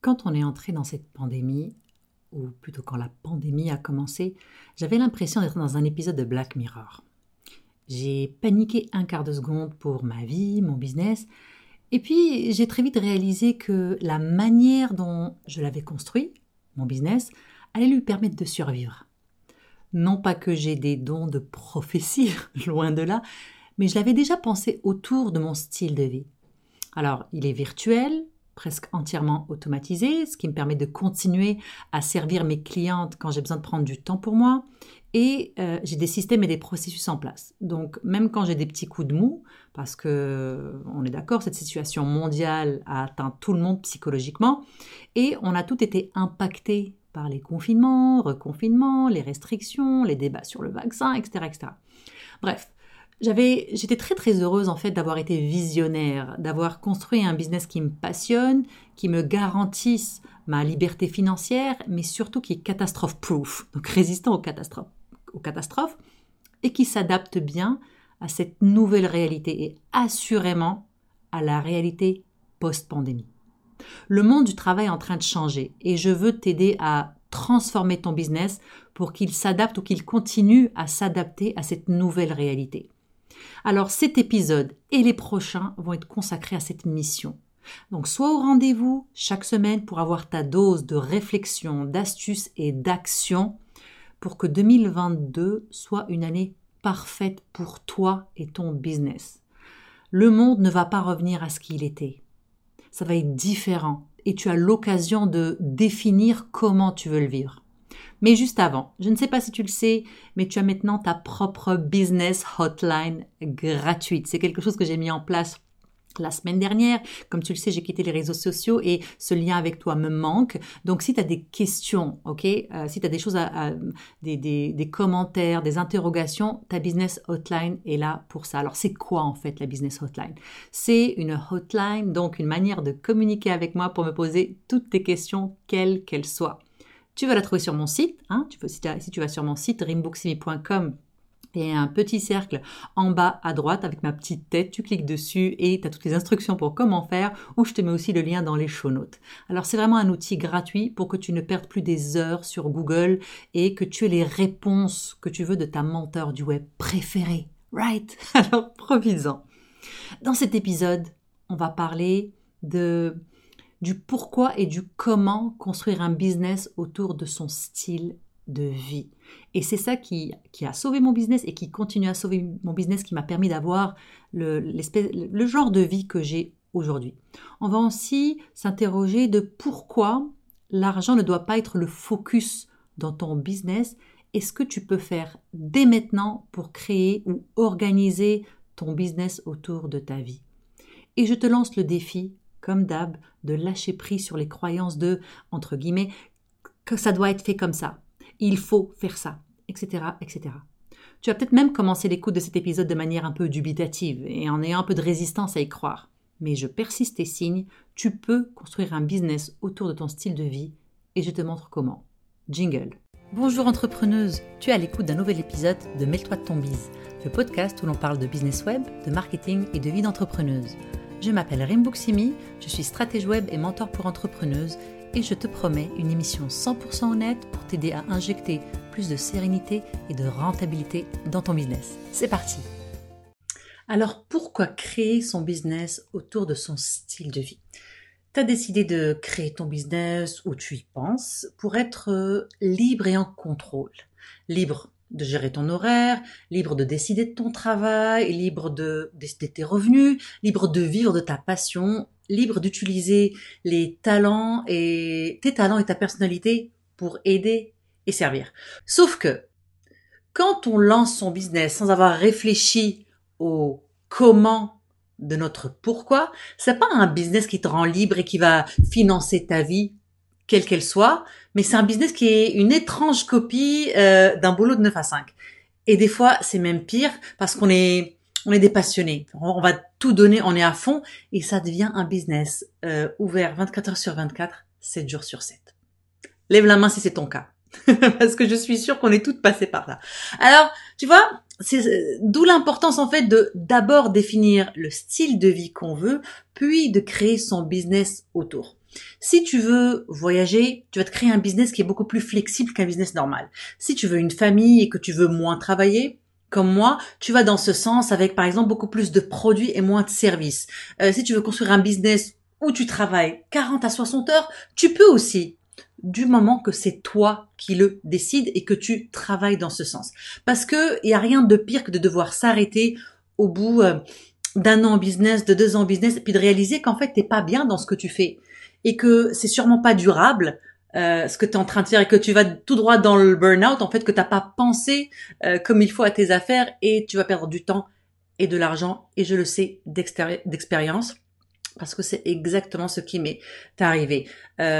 Quand on est entré dans cette pandémie, ou plutôt quand la pandémie a commencé, j'avais l'impression d'être dans un épisode de Black Mirror. J'ai paniqué un quart de seconde pour ma vie, mon business, et puis j'ai très vite réalisé que la manière dont je l'avais construit, mon business, allait lui permettre de survivre. Non pas que j'ai des dons de prophétie, loin de là, mais je l'avais déjà pensé autour de mon style de vie. Alors, il est virtuel, presque entièrement automatisé, ce qui me permet de continuer à servir mes clientes quand j'ai besoin de prendre du temps pour moi. Et j'ai des systèmes et des processus en place. Donc, même quand j'ai des petits coups de mou, parce que on est d'accord, cette situation mondiale a atteint tout le monde psychologiquement, et on a tous été impactés par les confinements, reconfinements, les restrictions, les débats sur le vaccin, etc., etc. Bref, j'étais très très heureuse en fait d'avoir été visionnaire, d'avoir construit un business qui me passionne, qui me garantisse ma liberté financière, mais surtout qui est catastrophe-proof, donc résistant aux catastrophes, et qui s'adapte bien à cette nouvelle réalité et assurément à la réalité post-pandémie. Le monde du travail est en train de changer et je veux t'aider à transformer ton business pour qu'il s'adapte ou qu'il continue à s'adapter à cette nouvelle réalité. Alors cet épisode et les prochains vont être consacrés à cette mission. Donc sois au rendez-vous chaque semaine pour avoir ta dose de réflexion, d'astuces et d'action pour que 2022 soit une année parfaite pour toi et ton business. Le monde ne va pas revenir à ce qu'il était. Ça va être différent et tu as l'occasion de définir comment tu veux le vivre. Mais juste avant, je ne sais pas si tu le sais, mais tu as maintenant ta propre business hotline gratuite. C'est quelque chose que j'ai mis en place la semaine dernière. Comme tu le sais, j'ai quitté les réseaux sociaux et ce lien avec toi me manque. Donc, si tu as des questions, si tu as des choses, des commentaires, des interrogations, ta business hotline est là pour ça. Alors, c'est quoi en fait la business hotline? C'est une hotline, donc une manière de communiquer avec moi pour me poser toutes tes questions, quelles qu'elles soient. Tu vas la trouver sur mon site. Si tu vas sur mon site rimbuksimi.com, il y a un petit cercle en bas à droite avec ma petite tête. Tu cliques dessus et tu as toutes les instructions pour comment faire, ou je te mets aussi le lien dans les show notes. Alors, c'est vraiment un outil gratuit pour que tu ne perdes plus des heures sur Google et que tu aies les réponses que tu veux de ta mentor du web préférée. Right? Alors, profites-en. Dans cet épisode, on va parler du pourquoi et du comment construire un business autour de son style de vie. Et c'est ça qui a sauvé mon business et qui continue à sauver mon business, qui m'a permis d'avoir le genre de vie que j'ai aujourd'hui. On va aussi s'interroger de pourquoi l'argent ne doit pas être le focus dans ton business et ce que tu peux faire dès maintenant pour créer ou organiser ton business autour de ta vie. Et je te lance le défi, comme d'hab, de lâcher prise sur les croyances de, entre guillemets, que ça doit être fait comme ça. Il faut faire ça, etc., etc. Tu vas peut-être même commencer l'écoute de cet épisode de manière un peu dubitative et en ayant un peu de résistance à y croire. Mais je persiste et signe, tu peux construire un business autour de ton style de vie et je te montre comment. Jingle. Bonjour entrepreneuse, tu es à l'écoute d'un nouvel épisode de Mêle-toi de ton biz, le podcast où l'on parle de business web, de marketing et de vie d'entrepreneuse. Je m'appelle Rimbuksimi, je suis stratège web et mentor pour entrepreneuses et je te promets une émission 100% honnête pour t'aider à injecter plus de sérénité et de rentabilité dans ton business. C'est parti! Alors, pourquoi créer son business autour de son style de vie? Tu as décidé de créer ton business ou tu y penses pour être libre et en contrôle. Libre de gérer ton horaire, libre de décider de ton travail, libre de décider de tes revenus, libre de vivre de ta passion, libre d'utiliser tes talents et ta personnalité pour aider et servir. Sauf que quand on lance son business sans avoir réfléchi au comment de notre pourquoi, c'est pas un business qui te rend libre et qui va financer ta vie quelle qu'elle soit, mais c'est un business qui est une étrange copie d'un boulot de 9 à 5. Et des fois, c'est même pire parce qu'on est des passionnés. On va tout donner, on est à fond et ça devient un business ouvert 24 heures sur 24, 7 jours sur 7. Lève la main si c'est ton cas. Parce que je suis sûre qu'on est toutes passées par là. Alors, tu vois, c'est d'où l'importance en fait de d'abord définir le style de vie qu'on veut, puis de créer son business autour. Si tu veux voyager, tu vas te créer un business qui est beaucoup plus flexible qu'un business normal. Si tu veux une famille et que tu veux moins travailler, comme moi, tu vas dans ce sens avec, par exemple, beaucoup plus de produits et moins de services. Si tu veux construire un business où tu travailles 40 à 60 heures, tu peux aussi, du moment que c'est toi qui le décides et que tu travailles dans ce sens. Parce que il y a rien de pire que de devoir s'arrêter au bout d'un an en business, de 2 ans en business, et puis de réaliser qu'en fait t'es pas bien dans ce que tu fais et que c'est sûrement pas durable. Ce que tu es en train de faire et que tu vas tout droit dans le burn-out, en fait, que tu n'as pas pensé comme il faut à tes affaires et tu vas perdre du temps et de l'argent. Et je le sais d'expérience parce que c'est exactement ce qui m'est arrivé.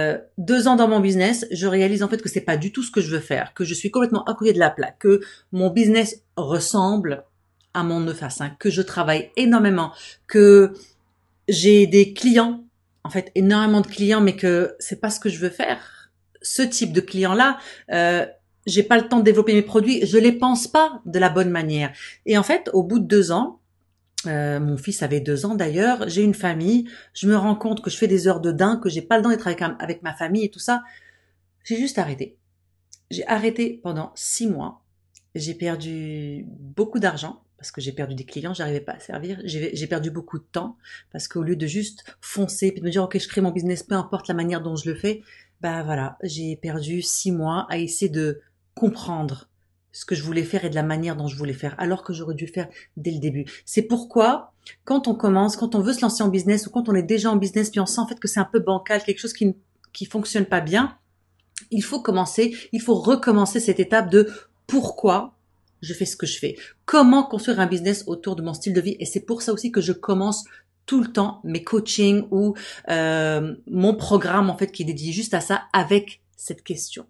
2 ans dans mon business, je réalise en fait que c'est pas du tout ce que je veux faire, que je suis complètement à côté de la plaque, que mon business ressemble à mon 9 à 5, que je travaille énormément, que j'ai des clients, en fait énormément de clients, mais que c'est pas ce que je veux faire. Ce type de client-là, j'ai pas le temps de développer mes produits, je les pense pas de la bonne manière. Et en fait, au bout de 2 ans, mon fils avait 2 ans d'ailleurs, j'ai une famille, je me rends compte que je fais des heures de dingue, que j'ai pas le temps d'être avec ma famille et tout ça. J'ai juste arrêté. J'ai arrêté pendant 6 mois. J'ai perdu beaucoup d'argent parce que j'ai perdu des clients, j'arrivais pas à servir. J'ai perdu beaucoup de temps parce qu'au lieu de juste foncer et de me dire ok je crée mon business, peu importe la manière dont je le fais, bah voilà, j'ai perdu 6 mois à essayer de comprendre ce que je voulais faire et de la manière dont je voulais faire, alors que j'aurais dû le faire dès le début. C'est pourquoi, quand on commence, quand on veut se lancer en business ou quand on est déjà en business, puis on sent en fait que c'est un peu bancal, quelque chose qui fonctionne pas bien, il faut recommencer cette étape de pourquoi je fais ce que je fais. Comment construire un business autour de mon style de vie. Et c'est pour ça aussi que je commence tout le temps mes coachings ou mon programme en fait qui est dédié juste à ça avec cette question.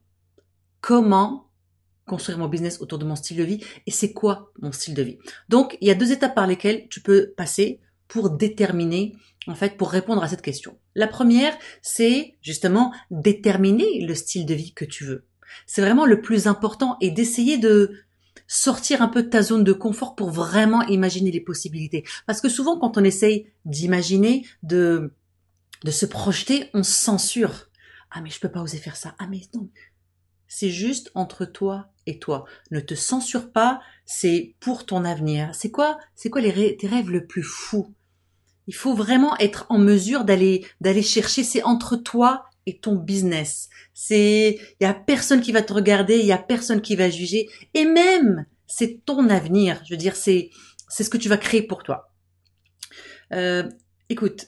Comment construire mon business autour de mon style de vie et c'est quoi mon style de vie. Donc, il y a 2 étapes par lesquelles tu peux passer pour déterminer, en fait, pour répondre à cette question. La première, c'est justement déterminer le style de vie que tu veux. C'est vraiment le plus important et d'essayer de sortir un peu de ta zone de confort pour vraiment imaginer les possibilités. Parce que souvent, quand on essaye d'imaginer, de se projeter, on se censure. Ah, mais je peux pas oser faire ça. Ah, mais non. C'est juste entre toi et toi. Ne te censure pas, c'est pour ton avenir. C'est quoi tes rêves le plus fous? Il faut vraiment être en mesure d'aller chercher, c'est entre toi et ton business. Il y a personne qui va te regarder, il y a personne qui va juger et même c'est ton avenir. Je veux dire c'est ce que tu vas créer pour toi. Écoute,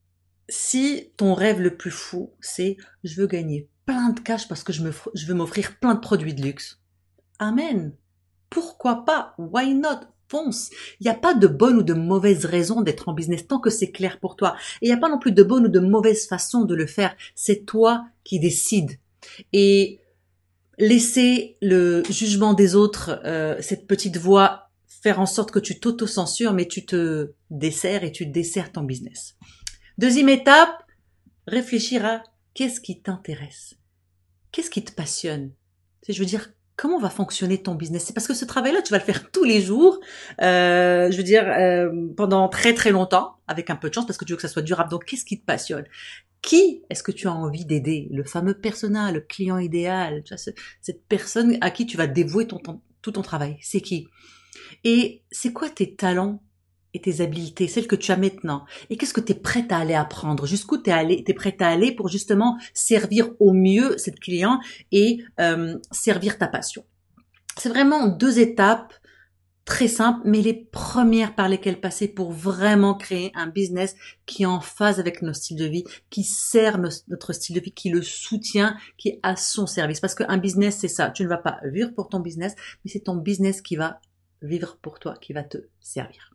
si ton rêve le plus fou, c'est je veux gagner plein de cash parce que je veux m'offrir plein de produits de luxe. Amen. Pourquoi pas? Why not? Fonce. Il n'y a pas de bonne ou de mauvaise raison d'être en business tant que c'est clair pour toi. Et il n'y a pas non plus de bonne ou de mauvaise façon de le faire. C'est toi qui décides. Et laisser le jugement des autres, cette petite voix, faire en sorte que tu t'auto-censures, mais tu te desserres et tu desserres ton business. Deuxième étape, réfléchir à qu'est-ce qui t'intéresse, qu'est-ce qui te passionne. Je veux dire, comment va fonctionner ton business? C'est parce que ce travail-là, tu vas le faire tous les jours, pendant très très longtemps, avec un peu de chance, parce que tu veux que ça soit durable. Donc, qu'est-ce qui te passionne? Qui est-ce que tu as envie d'aider? Le fameux persona, le client idéal, tu vois, cette personne à qui tu vas dévouer tout ton travail. C'est qui? Et c'est quoi tes talents et tes habiletés, celles que tu as maintenant? Et qu'est-ce que tu es prête à aller apprendre? Jusqu'où t'es prête à aller pour justement servir au mieux cette client et servir ta passion? C'est vraiment 2 étapes très simples, mais les premières par lesquelles passer pour vraiment créer un business qui est en phase avec nos styles de vie, qui sert notre style de vie, qui le soutient, qui est à son service. Parce qu'un business, c'est ça. Tu ne vas pas vivre pour ton business, mais c'est ton business qui va vivre pour toi, qui va te servir.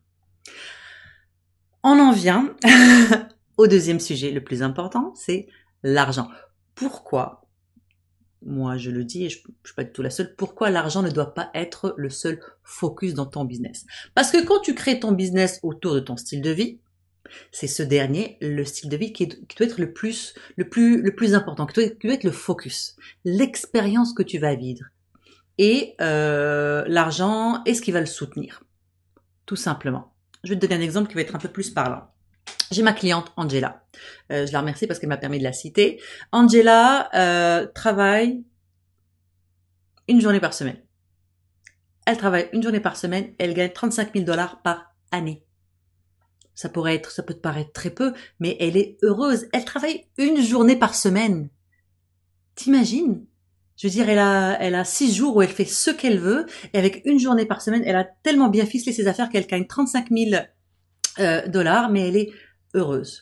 On en vient au deuxième sujet, le plus important, c'est l'argent. Pourquoi, moi je le dis et je ne suis pas du tout la seule, pourquoi l'argent ne doit pas être le seul focus dans ton business? Parce que quand tu crées ton business autour de ton style de vie, c'est ce dernier, le style de vie qui doit être le plus important, qui doit être le focus, l'expérience que tu vas vivre. Et l'argent est ce qui va le soutenir, tout simplement. Je vais te donner un exemple qui va être un peu plus parlant. J'ai ma cliente Angela. Je la remercie parce qu'elle m'a permis de la citer. Angela travaille une journée par semaine. Elle travaille une journée par semaine. Elle gagne 35 000 $ par année. Ça peut te paraître très peu, mais elle est heureuse. Elle travaille une journée par semaine. T'imagines? Je veux dire, elle a 6 jours où elle fait ce qu'elle veut, et avec une journée par semaine, elle a tellement bien ficelé ses affaires qu'elle gagne 35 000 $, mais elle est heureuse.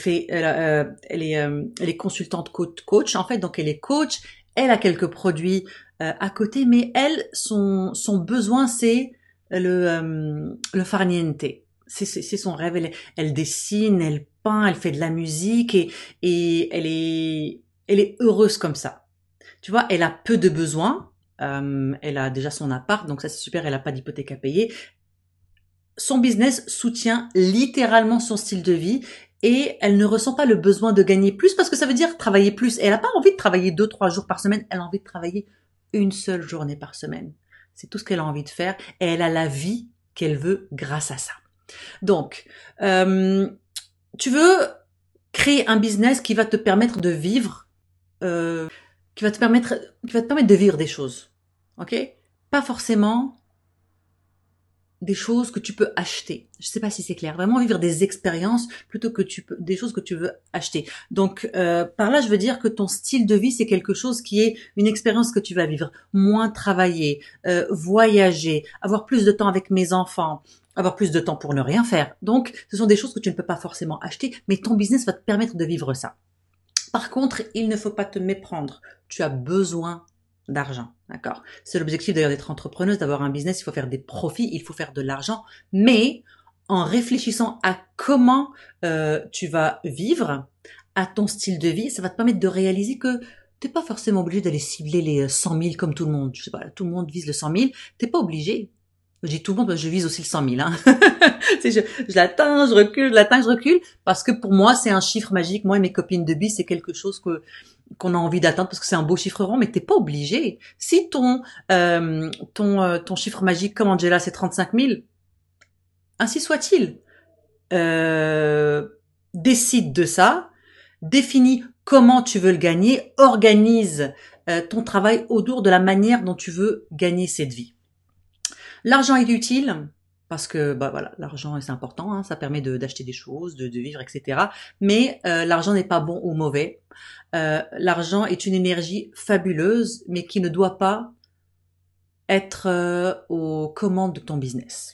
Elle est consultante coach en fait, donc elle est coach. Elle a quelques produits à côté, mais elle, son besoin, c'est le farniente. C'est son rêve. Elle dessine, elle peint, elle fait de la musique et elle est heureuse comme ça. Tu vois, elle a peu de besoins. Elle a déjà son appart, donc ça c'est super. Elle a pas d'hypothèque à payer. Son business soutient littéralement son style de vie et elle ne ressent pas le besoin de gagner plus parce que ça veut dire travailler plus. Et elle n'a pas envie de travailler 2-3 jours par semaine. Elle a envie de travailler une seule journée par semaine. C'est tout ce qu'elle a envie de faire et elle a la vie qu'elle veut grâce à ça. Donc, tu veux créer un business qui va te permettre de vivre, qui va te permettre de vivre des choses, ok? Pas forcément des choses que tu peux acheter. Je sais pas si c'est clair. Vraiment vivre des expériences plutôt que des choses que tu veux acheter. Donc par là, je veux dire que ton style de vie, c'est quelque chose qui est une expérience que tu vas vivre. Moins travailler, voyager, avoir plus de temps avec mes enfants, avoir plus de temps pour ne rien faire. Donc ce sont des choses que tu ne peux pas forcément acheter, mais ton business va te permettre de vivre ça. Par contre, il ne faut pas te méprendre. Tu as besoin d'argent, d'accord? C'est l'objectif d'ailleurs d'être entrepreneuse, d'avoir un business, il faut faire des profits, il faut faire de l'argent, mais en réfléchissant à comment tu vas vivre, à ton style de vie, ça va te permettre de réaliser que t'es pas forcément obligé d'aller cibler les 100 000 comme tout le monde. Je sais pas, tout le monde vise le 100 000, t'es pas obligé. Je dis tout le monde, je vise aussi le 100 000. Hein. je l'atteins, je recule, je l'atteins, je recule, parce que pour moi, c'est un chiffre magique. Moi et mes copines de bis, c'est quelque chose qu'on a envie d'atteindre parce que c'est un beau chiffre rond, mais t'es pas obligé. Si ton chiffre magique, comme Angela, c'est 35 000, ainsi soit-il. Décide de ça, définis comment tu veux le gagner, organise ton travail autour de la manière dont tu veux gagner cette vie. L'argent est utile parce que bah voilà, l'argent c'est important, hein, ça permet d'acheter des choses, de vivre, etc. Mais l'argent n'est pas bon ou mauvais. L'argent est une énergie fabuleuse, mais qui ne doit pas être aux commandes de ton business.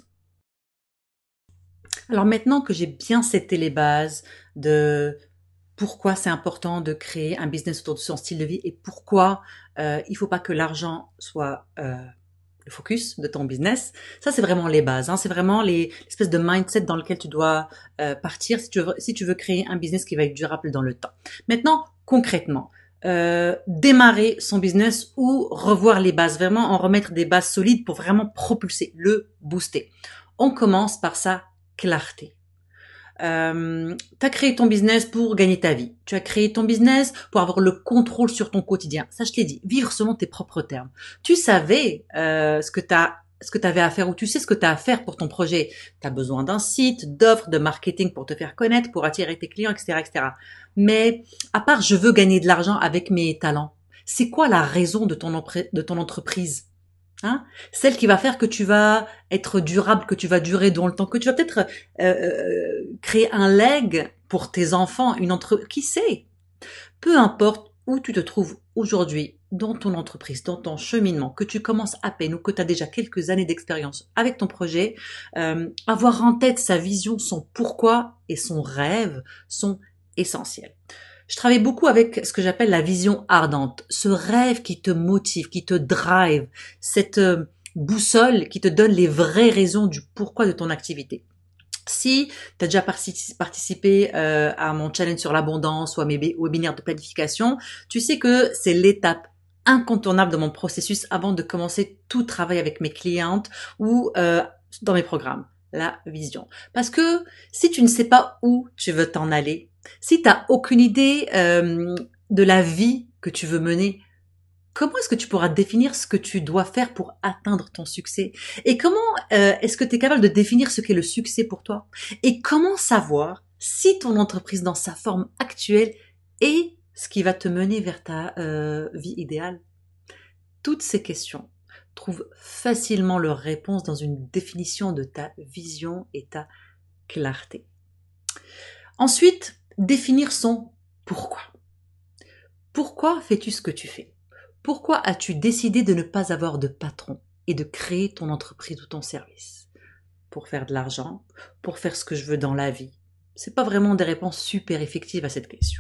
Alors maintenant que j'ai bien seté les bases de pourquoi c'est important de créer un business autour de son style de vie et pourquoi il faut pas que l'argent soit le focus de ton business, ça c'est vraiment les bases, hein. C'est vraiment l'espèce de mindset dans lequel tu dois partir si tu veux créer un business qui va être durable dans le temps. Maintenant, concrètement, démarrer son business ou revoir les bases, vraiment en remettre des bases solides pour vraiment propulser, le booster. On commence par sa clarté. Tu as créé ton business pour gagner ta vie. Tu as créé ton business pour avoir le contrôle sur ton quotidien. Ça, je t'ai dit, vivre selon tes propres termes. Tu savais ce que tu avais à faire ou tu sais ce que tu as à faire pour ton projet. Tu as besoin d'un site, d'offres, de marketing pour te faire connaître, pour attirer tes clients, etc., etc. Mais à part je veux gagner de l'argent avec mes talents, c'est quoi la raison de ton entreprise? Hein, celle qui va faire que tu vas être durable, que tu vas durer dans le temps, que tu vas peut-être créer un leg pour tes enfants, qui sait? Peu importe où tu te trouves aujourd'hui dans ton entreprise, dans ton cheminement, que tu commences à peine ou que tu as déjà quelques années d'expérience avec ton projet, avoir en tête sa vision, son pourquoi et son rêve sont essentiels. Je travaille beaucoup avec ce que j'appelle la vision ardente, ce rêve qui te motive, qui te drive, cette boussole qui te donne les vraies raisons du pourquoi de ton activité. Si tu as déjà participé à mon challenge sur l'abondance ou à mes webinaires de planification, tu sais que c'est l'étape incontournable de mon processus avant de commencer tout travail avec mes clientes ou dans mes programmes, la vision. Parce que si tu ne sais pas où tu veux t'en aller, si tu n'as aucune idée de la vie que tu veux mener, comment est-ce que tu pourras définir ce que tu dois faire pour atteindre ton succès? Et comment est-ce que tu es capable de définir ce qu'est le succès pour toi? Et comment savoir si ton entreprise dans sa forme actuelle est ce qui va te mener vers ta vie idéale? Toutes ces questions trouvent facilement leur réponse dans une définition de ta vision et ta clarté. Ensuite, définir son pourquoi. Pourquoi fais-tu ce que tu fais? Pourquoi as-tu décidé de ne pas avoir de patron et de créer ton entreprise ou ton service? Pour faire de l'argent, pour faire ce que je veux dans la vie. C'est pas vraiment des réponses super effectives à cette question.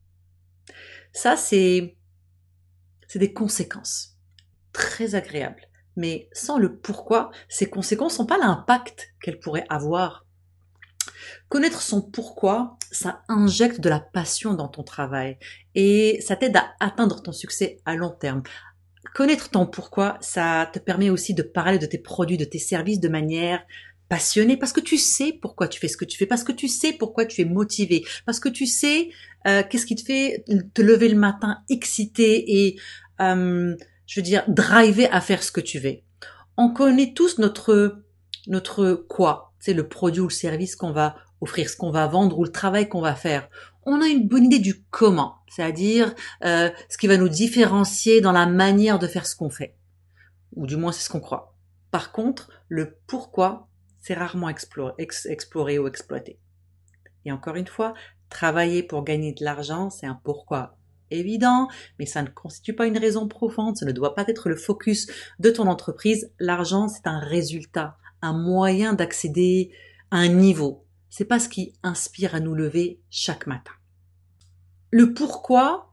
Ça, c'est des conséquences très agréables. Mais sans le pourquoi, ces conséquences n'ont pas l'impact qu'elles pourraient avoir. Connaître son pourquoi, ça injecte de la passion dans ton travail et ça t'aide à atteindre ton succès à long terme. Connaître ton pourquoi, ça te permet aussi de parler de tes produits, de tes services de manière passionnée parce que tu sais pourquoi tu fais ce que tu fais, parce que tu sais pourquoi tu es motivé, parce que tu sais qu'est-ce qui te fait te lever le matin excité et driver à faire ce que tu veux. On connaît tous notre quoi, c'est le produit ou le service qu'on va offrir, ce qu'on va vendre ou le travail qu'on va faire. On a une bonne idée du comment, c'est-à-dire ce qui va nous différencier dans la manière de faire ce qu'on fait, ou du moins c'est ce qu'on croit. Par contre, le pourquoi, c'est rarement exploré ou exploité. Et encore une fois, travailler pour gagner de l'argent, c'est un pourquoi évident, mais ça ne constitue pas une raison profonde, ça ne doit pas être le focus de ton entreprise. L'argent, c'est un résultat, un moyen d'accéder à un niveau. C'est pas ce qui inspire à nous lever chaque matin. Le pourquoi,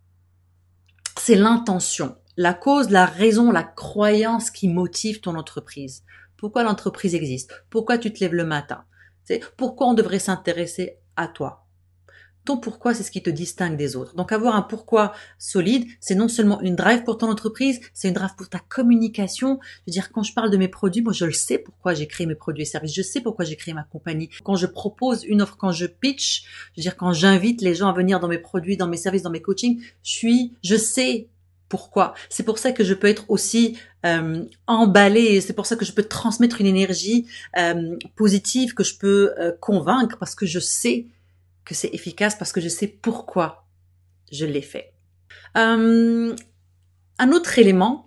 c'est l'intention, la cause, la raison, la croyance qui motive ton entreprise. Pourquoi l'entreprise existe? Pourquoi tu te lèves le matin? Pourquoi on devrait s'intéresser à toi? Ton pourquoi, c'est ce qui te distingue des autres. Donc avoir un pourquoi solide, c'est non seulement une drive pour ton entreprise, c'est une drive pour ta communication. Je veux dire, quand je parle de mes produits, moi je le sais pourquoi j'ai créé mes produits et services, je sais pourquoi j'ai créé ma compagnie. Quand je propose une offre, quand je pitch, je veux dire, quand j'invite les gens à venir dans mes produits, dans mes services, dans mes coachings, je sais pourquoi. C'est pour ça que je peux être aussi emballée, c'est pour ça que je peux transmettre une énergie positive, que je peux convaincre, parce que je sais que c'est efficace, parce que je sais pourquoi je l'ai fait. Un autre élément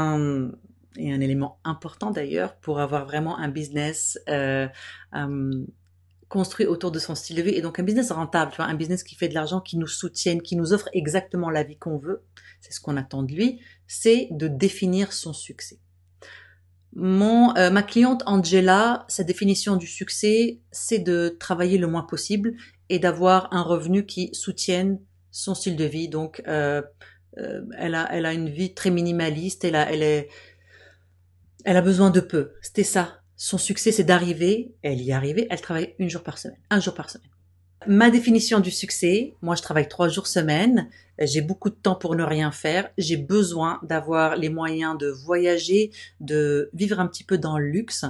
et un élément important d'ailleurs, pour avoir vraiment un business construit autour de son style de vie, et donc un business rentable, tu vois, un business qui fait de l'argent, qui nous soutienne, qui nous offre exactement la vie qu'on veut, c'est ce qu'on attend de lui, c'est de définir son succès. Ma cliente Angela, sa définition du succès, c'est de travailler le moins possible et d'avoir un revenu qui soutienne son style de vie. Donc, elle a une vie très minimaliste. Elle a besoin de peu. C'était ça. Son succès, c'est d'arriver. Elle y est arrivée. Elle travaille un jour par semaine. Ma définition du succès, moi je travaille 3 jours semaine, j'ai beaucoup de temps pour ne rien faire, j'ai besoin d'avoir les moyens de voyager, de vivre un petit peu dans le luxe,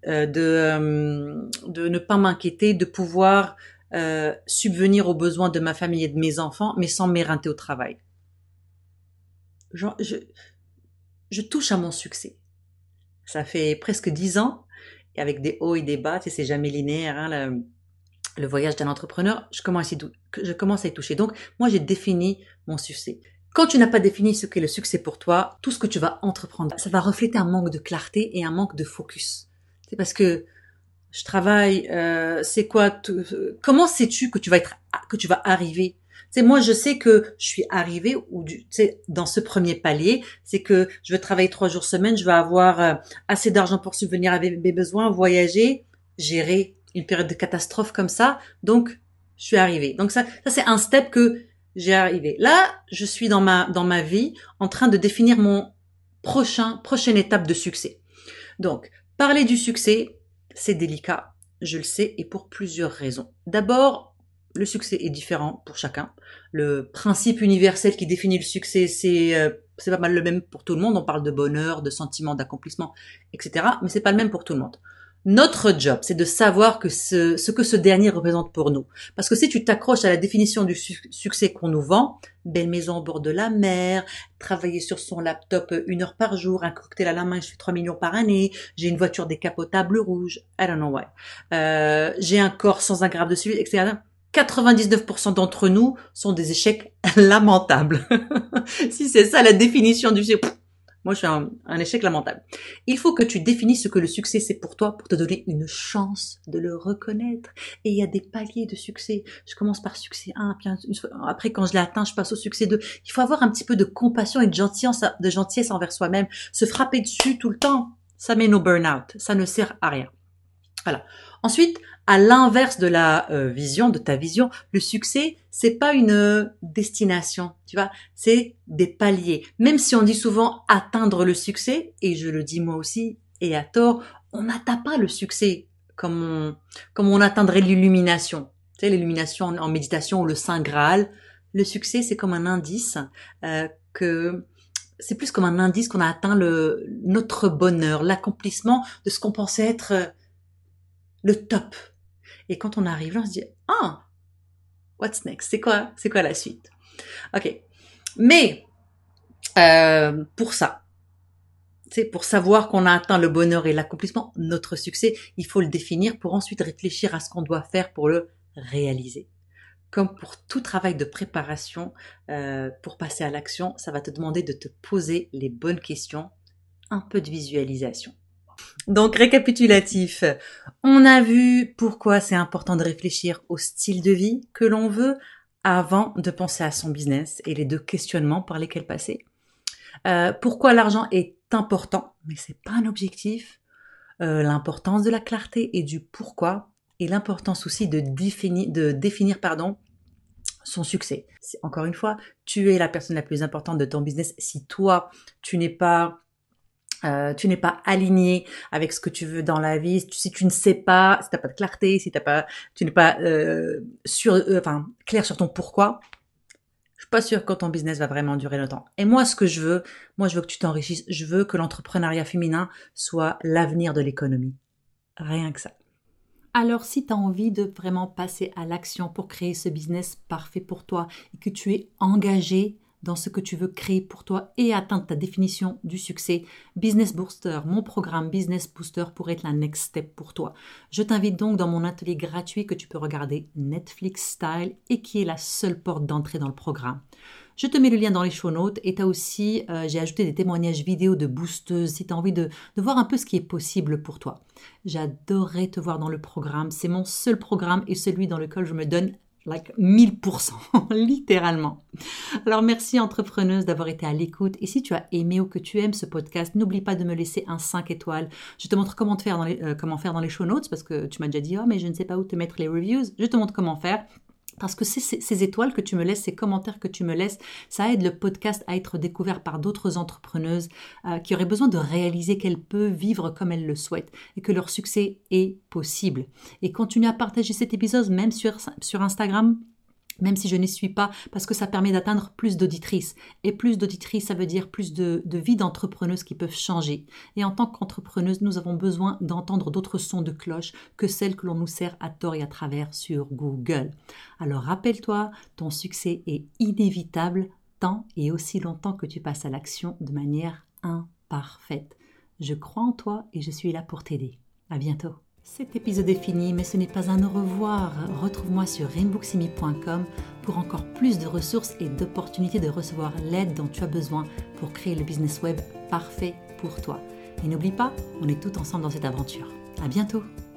de ne pas m'inquiéter, de pouvoir subvenir aux besoins de ma famille et de mes enfants, mais sans m'éreinter au travail. Je touche à mon succès. Ça fait presque 10 ans, et avec des hauts et des bas, tu sais, c'est jamais linéaire, hein, le voyage d'un entrepreneur, je commence à y toucher. Donc, moi, j'ai défini mon succès. Quand tu n'as pas défini ce qu'est le succès pour toi, tout ce que tu vas entreprendre, ça va refléter un manque de clarté et un manque de focus. C'est parce que je travaille, c'est quoi, comment sais-tu que tu vas arriver? C'est moi, je sais que je suis arrivée dans ce premier palier, c'est que je vais travailler 3 jours semaine, je vais avoir assez d'argent pour subvenir à mes besoins, voyager, gérer une période de catastrophe comme ça, donc je suis arrivée. Donc ça c'est un step que j'ai arrivé. Là, je suis dans ma vie en train de définir mon prochaine étape de succès. Donc, parler du succès, c'est délicat, je le sais, et pour plusieurs raisons. D'abord, le succès est différent pour chacun. Le principe universel qui définit le succès, c'est pas mal le même pour tout le monde. On parle de bonheur, de sentiment d'accomplissement, etc. Mais c'est pas le même pour tout le monde. Notre job, c'est de savoir ce que ce dernier représente pour nous. Parce que si tu t'accroches à la définition du succès qu'on nous vend, belle maison au bord de la mer, travailler sur son laptop 1 heure par jour, un cocktail à la main, je fais 3 millions par année, j'ai une voiture décapotable rouge, I don't know why. J'ai un corps sans un gramme de suivi, etc. 99% d'entre nous sont des échecs lamentables. Si c'est ça la définition du succès, moi, je suis un échec lamentable. Il faut que tu définisses ce que le succès c'est pour toi pour te donner une chance de le reconnaître. Et il y a des paliers de succès. Je commence par succès 1, puis après quand je l'ai atteint, je passe au succès 2. Il faut avoir un petit peu de compassion et de gentillesse envers soi-même. Se frapper dessus tout le temps, ça met nos burn-out. Ça ne sert à rien. Voilà. Ensuite, à l'inverse de la vision, de ta vision, le succès, c'est pas une destination, tu vois, c'est des paliers. Même si on dit souvent atteindre le succès, et je le dis moi aussi, et à tort, on n'atteint pas le succès comme on atteindrait l'illumination. Tu sais, l'illumination en méditation ou le Saint Graal. Le succès, c'est comme un indice c'est plus comme un indice qu'on a atteint notre bonheur, l'accomplissement de ce qu'on pensait être le top. Et quand on arrive là, on se dit, what's next? C'est quoi la suite? Ok. Mais, pour ça, pour savoir qu'on a atteint le bonheur et l'accomplissement, notre succès, il faut le définir pour ensuite réfléchir à ce qu'on doit faire pour le réaliser. Comme pour tout travail de préparation, pour passer à l'action, ça va te demander de te poser les bonnes questions, un peu de visualisation. Donc, récapitulatif, on a vu pourquoi c'est important de réfléchir au style de vie que l'on veut avant de penser à son business et les 2 questionnements par lesquels passer. Pourquoi l'argent est important, mais c'est pas un objectif. L'importance de la clarté et du pourquoi et l'importance aussi de définir son succès. Encore une fois, tu es la personne la plus importante de ton business. Si toi, tu n'es pas aligné avec ce que tu veux dans la vie, si tu ne sais pas, si t'as pas de clarté, tu n'es pas clair sur ton pourquoi, je suis pas sûre que ton business va vraiment durer longtemps. Et moi, je veux que tu t'enrichisses. Je veux que l'entrepreneuriat féminin soit l'avenir de l'économie. Rien que ça. Alors, si tu as envie de vraiment passer à l'action pour créer ce business parfait pour toi et que tu es engagé dans ce que tu veux créer pour toi et atteindre ta définition du succès, Business Booster, mon programme Business Booster pourrait être la next step pour toi. Je t'invite donc dans mon atelier gratuit que tu peux regarder Netflix Style et qui est la seule porte d'entrée dans le programme. Je te mets le lien dans les show notes et tu as aussi, j'ai ajouté des témoignages vidéo de boosteuses si tu as envie de voir un peu ce qui est possible pour toi. J'adorerais te voir dans le programme. C'est mon seul programme et celui dans lequel je me donne 1000%, littéralement. Alors merci entrepreneuse d'avoir été à l'écoute et si tu as aimé ou que tu aimes ce podcast, n'oublie pas de me laisser un 5 étoiles. Je te montre comment faire dans les show notes parce que tu m'as déjà dit « Oh mais je ne sais pas où te mettre les reviews ». Je te montre comment faire. Parce que ces étoiles que tu me laisses, ces commentaires que tu me laisses, ça aide le podcast à être découvert par d'autres entrepreneuses qui auraient besoin de réaliser qu'elles peuvent vivre comme elles le souhaitent et que leur succès est possible. Et continue à partager cet épisode même sur Instagram, même si je n'y suis pas, parce que ça permet d'atteindre plus d'auditrices. Et plus d'auditrices, ça veut dire plus de vies d'entrepreneuses qui peuvent changer. Et en tant qu'entrepreneuses, nous avons besoin d'entendre d'autres sons de cloche que celles que l'on nous sert à tort et à travers sur Google. Alors rappelle-toi, ton succès est inévitable tant et aussi longtemps que tu passes à l'action de manière imparfaite. Je crois en toi et je suis là pour t'aider. À bientôt. Cet épisode est fini, mais ce n'est pas un au revoir. Retrouve-moi sur rainbooksimi.com pour encore plus de ressources et d'opportunités de recevoir l'aide dont tu as besoin pour créer le business web parfait pour toi. Et n'oublie pas, on est tous ensemble dans cette aventure. À bientôt!